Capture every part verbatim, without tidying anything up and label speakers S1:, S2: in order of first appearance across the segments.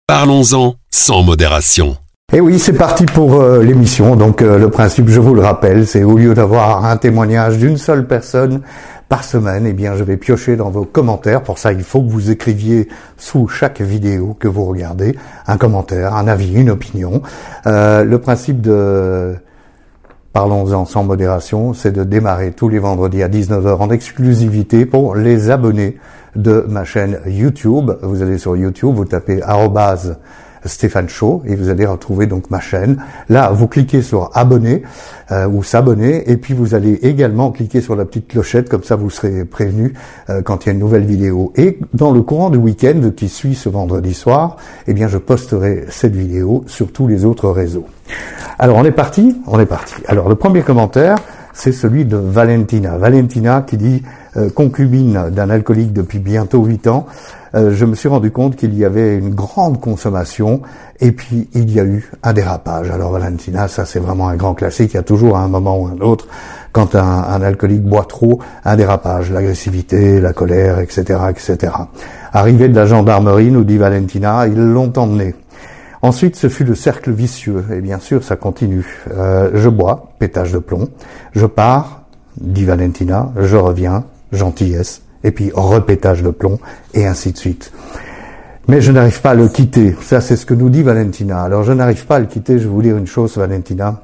S1: Parlons-en sans modération.
S2: Et oui, c'est parti pour euh, l'émission. Donc euh, le principe, je vous le rappelle, c'est au lieu d'avoir un témoignage d'une seule personne par semaine, eh bien je vais piocher dans vos commentaires. Pour ça, il faut que vous écriviez sous chaque vidéo que vous regardez un commentaire, un avis, une opinion. Euh, le principe de Parlons-en sans modération, c'est de démarrer tous les vendredis à dix-neuf heures en exclusivité pour les abonnés de ma chaîne YouTube. Vous allez sur YouTube, vous tapez arobase Stéphane Chaud et vous allez retrouver donc ma chaîne. Là, vous cliquez sur abonner euh, ou s'abonner et puis vous allez également cliquer sur la petite clochette, comme ça vous serez prévenu euh, quand il y a une nouvelle vidéo. Et dans le courant du week-end qui suit ce vendredi soir, eh bien je posterai cette vidéo sur tous les autres réseaux. Alors on est parti, on est parti. Alors le premier commentaire, c'est celui de Valentina. Valentina qui dit euh, concubine d'un alcoolique depuis bientôt huit ans. Euh, je me suis rendu compte qu'il y avait une grande consommation et puis il y a eu un dérapage. Alors Valentina, ça c'est vraiment un grand classique. Il y a toujours à un moment ou un autre, quand un, un alcoolique boit trop, un dérapage, l'agressivité, la colère, et cetera, et cetera. Arrivée de la gendarmerie, nous dit Valentina, ils l'ont emmené. Ensuite, ce fut le cercle vicieux, et bien sûr, ça continue. Euh, je bois, pétage de plomb, je pars, dit Valentina, je reviens, gentillesse, et puis repétage de plomb, et ainsi de suite. Mais je n'arrive pas à le quitter, ça c'est ce que nous dit Valentina. Alors je n'arrive pas à le quitter, je vais vous dire une chose, Valentina,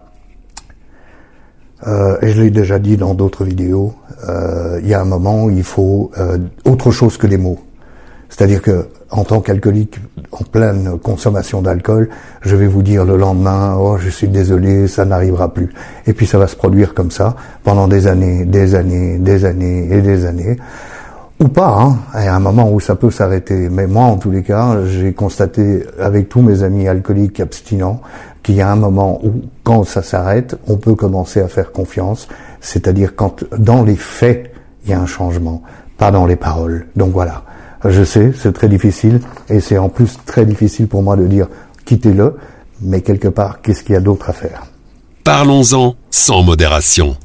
S2: euh, et je l'ai déjà dit dans d'autres vidéos, euh, il y a un moment où il faut euh, autre chose que les mots. C'est-à-dire que, en tant qu'alcoolique en pleine consommation d'alcool, je vais vous dire le lendemain, oh, je suis désolé, ça n'arrivera plus. Et puis ça va se produire comme ça, pendant des années, des années, des années et des années. Ou pas, hein. Il y a un moment où ça peut s'arrêter. Mais moi, en tous les cas, j'ai constaté avec tous mes amis alcooliques abstinents qu'il y a un moment où, quand ça s'arrête, on peut commencer à faire confiance. C'est-à-dire quand, dans les faits, il y a un changement, pas dans les paroles. Donc voilà. Je sais, c'est très difficile, et c'est en plus très difficile pour moi de dire quittez-le, mais quelque part, qu'est-ce qu'il y a d'autre à faire?
S1: Parlons-en sans modération.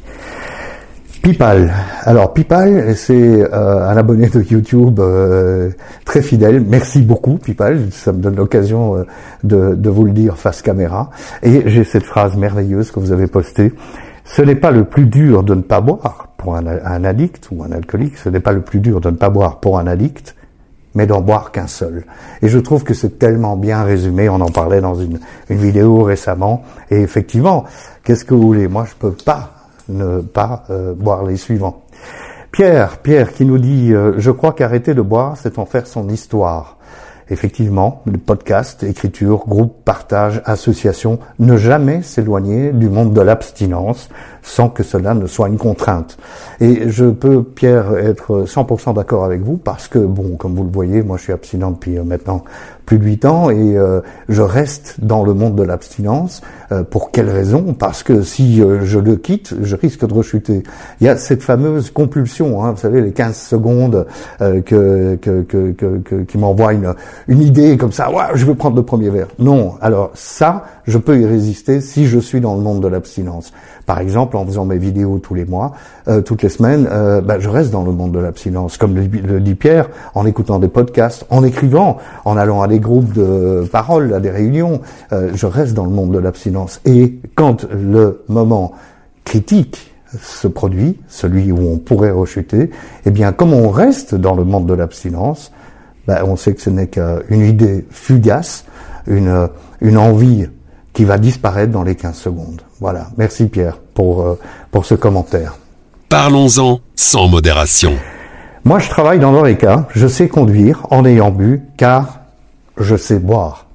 S2: Pipal. Alors Pipal, c'est euh, un abonné de YouTube euh, très fidèle. Merci beaucoup Pipal, ça me donne l'occasion euh, de, de vous le dire face caméra. Et j'ai cette phrase merveilleuse que vous avez postée. Ce n'est pas le plus dur de ne pas boire pour un, un addict ou un alcoolique, ce n'est pas le plus dur de ne pas boire pour un addict, mais d'en boire qu'un seul. Et je trouve que c'est tellement bien résumé, on en parlait dans une, une vidéo récemment, et effectivement, qu'est-ce que vous voulez? Moi, je peux pas ne pas euh, boire les suivants. Pierre, Pierre qui nous dit euh, « Je crois qu'arrêter de boire, c'est en faire son histoire ». Effectivement, le podcast, écriture, groupe, partage, association, ne jamais s'éloigner du monde de l'abstinence sans que cela ne soit une contrainte. Et je peux, Pierre, être cent pour cent d'accord avec vous parce que, bon, comme vous le voyez, moi je suis abstinent depuis euh, maintenant plus de huit ans et euh, je reste dans le monde de l'abstinence. Euh, pour quelle raison? Parce que si euh, je le quitte, je risque de rechuter. Il y a cette fameuse compulsion, hein, vous savez, les quinze secondes euh, que, que, que, que, que, qui m'envoient une, une idée comme ça, ouais, je veux prendre le premier verre. Non, alors ça, je peux y résister si je suis dans le monde de l'abstinence. Par exemple, en faisant mes vidéos tous les mois, euh, toutes les semaines, euh, bah, je reste dans le monde de l'abstinence. Comme le, le dit Pierre, en écoutant des podcasts, en écrivant, en allant à des groupes de parole, à des réunions, euh, je reste dans le monde de l'abstinence. Et quand le moment critique se produit, celui où on pourrait rechuter, eh bien, comme on reste dans le monde de l'abstinence, bah, on sait que ce n'est qu'une idée fugace, une, une envie qui va disparaître dans les quinze secondes. Voilà. Merci Pierre pour, euh, pour ce commentaire.
S1: Parlons-en sans modération.
S2: Moi, je travaille dans l'Horeca. Je sais conduire en ayant bu, car je sais boire.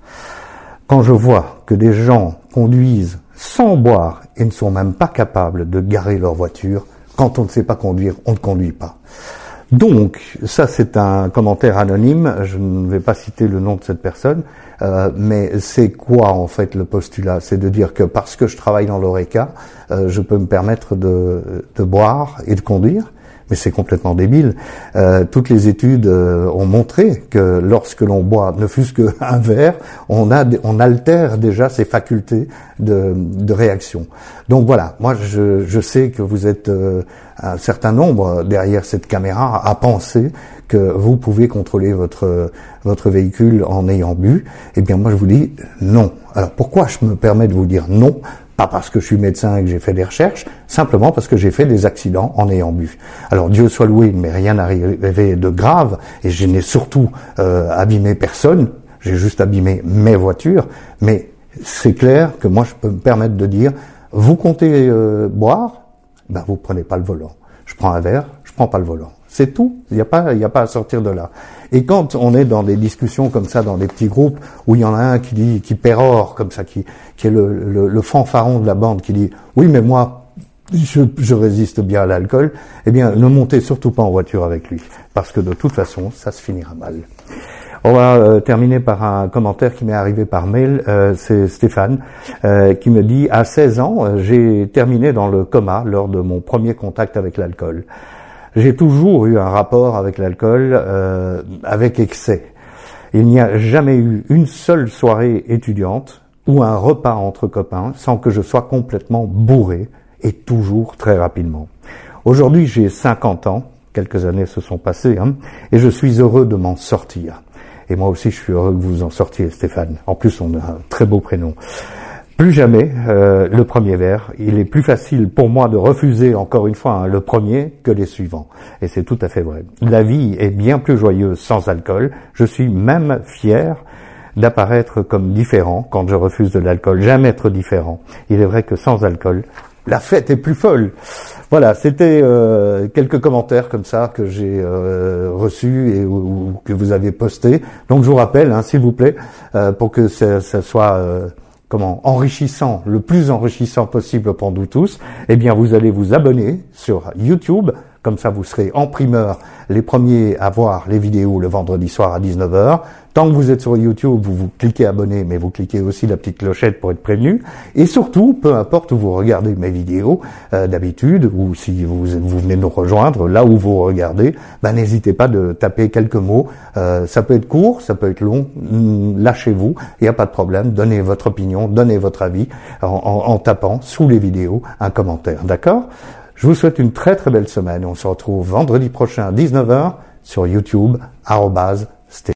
S2: Quand je vois que des gens conduisent sans boire et ne sont même pas capables de garer leur voiture, quand on ne sait pas conduire, on ne conduit pas. Donc, ça c'est un commentaire anonyme, je ne vais pas citer le nom de cette personne, euh, mais c'est quoi en fait le postulat? C'est de dire que parce que je travaille dans l'Horeca, euh, je peux me permettre de, de boire et de conduire, Mais c'est complètement débile. Euh, toutes les études euh, ont montré que lorsque l'on boit ne fût-ce qu'un verre, on, a, on altère déjà ses facultés de, de réaction. Donc voilà, moi je, je sais que vous êtes euh, un certain nombre derrière cette caméra à penser que vous pouvez contrôler votre, votre véhicule en ayant bu. Eh bien moi je vous dis non. Alors pourquoi je me permets de vous dire non ? Pas parce que je suis médecin et que j'ai fait des recherches, simplement parce que j'ai fait des accidents en ayant bu. Alors Dieu soit loué, il ne m'est rien arrivé de grave, et je n'ai surtout euh, abîmé personne, j'ai juste abîmé mes voitures, mais c'est clair que moi je peux me permettre de dire, vous comptez euh, boire, ben vous prenez pas le volant. Je prends un verre, je prends pas le volant. C'est tout, il n'y a pas, il n'y a pas à sortir de là. Et quand on est dans des discussions comme ça, dans des petits groupes, où il y en a un qui dit, qui pérore comme ça, qui, qui est le, le, le fanfaron de la bande, qui dit, oui, mais moi, je, je résiste bien à l'alcool, eh bien, ne montez surtout pas en voiture avec lui, parce que de toute façon, ça se finira mal. On va euh, terminer par un commentaire qui m'est arrivé par mail. Euh, c'est Stéphane euh, qui me dit, à seize ans, euh, j'ai terminé dans le coma lors de mon premier contact avec l'alcool. J'ai toujours eu un rapport avec l'alcool euh, avec excès. Il n'y a jamais eu une seule soirée étudiante ou un repas entre copains sans que je sois complètement bourré, et toujours très rapidement. Aujourd'hui, j'ai cinquante ans, quelques années se sont passées, hein, et je suis heureux de m'en sortir. Et moi aussi, je suis heureux que vous en sortiez, Stéphane. En plus, on a un très beau prénom. Plus jamais euh, le premier verre. Il est plus facile pour moi de refuser, encore une fois, hein, le premier que les suivants. Et c'est tout à fait vrai. La vie est bien plus joyeuse sans alcool. Je suis même fier d'apparaître comme différent quand je refuse de l'alcool. J'aime être différent. Il est vrai que sans alcool, la fête est plus folle. Voilà, c'était euh, quelques commentaires comme ça que j'ai euh, reçus et ou, ou que vous avez postés. Donc je vous rappelle, hein, s'il vous plaît, euh, pour que ça, ça soit... Euh, comment enrichissant, le plus enrichissant possible pour nous tous, eh bien vous allez vous abonner sur YouTube, comme ça vous serez en primeur les premiers à voir les vidéos le vendredi soir à dix-neuf heures. Tant que vous êtes sur YouTube, vous vous cliquez abonner, mais vous cliquez aussi la petite clochette pour être prévenu. Et surtout, peu importe où vous regardez mes vidéos euh, d'habitude, ou si vous, vous venez nous rejoindre, là où vous regardez, ben, n'hésitez pas de taper quelques mots. Euh, ça peut être court, ça peut être long, lâchez-vous, il n'y a pas de problème. Donnez votre opinion, donnez votre avis en, en, en tapant sous les vidéos un commentaire, d'accord ? Je vous souhaite une très très belle semaine. On se retrouve vendredi prochain à dix-neuf heures sur YouTube, arobase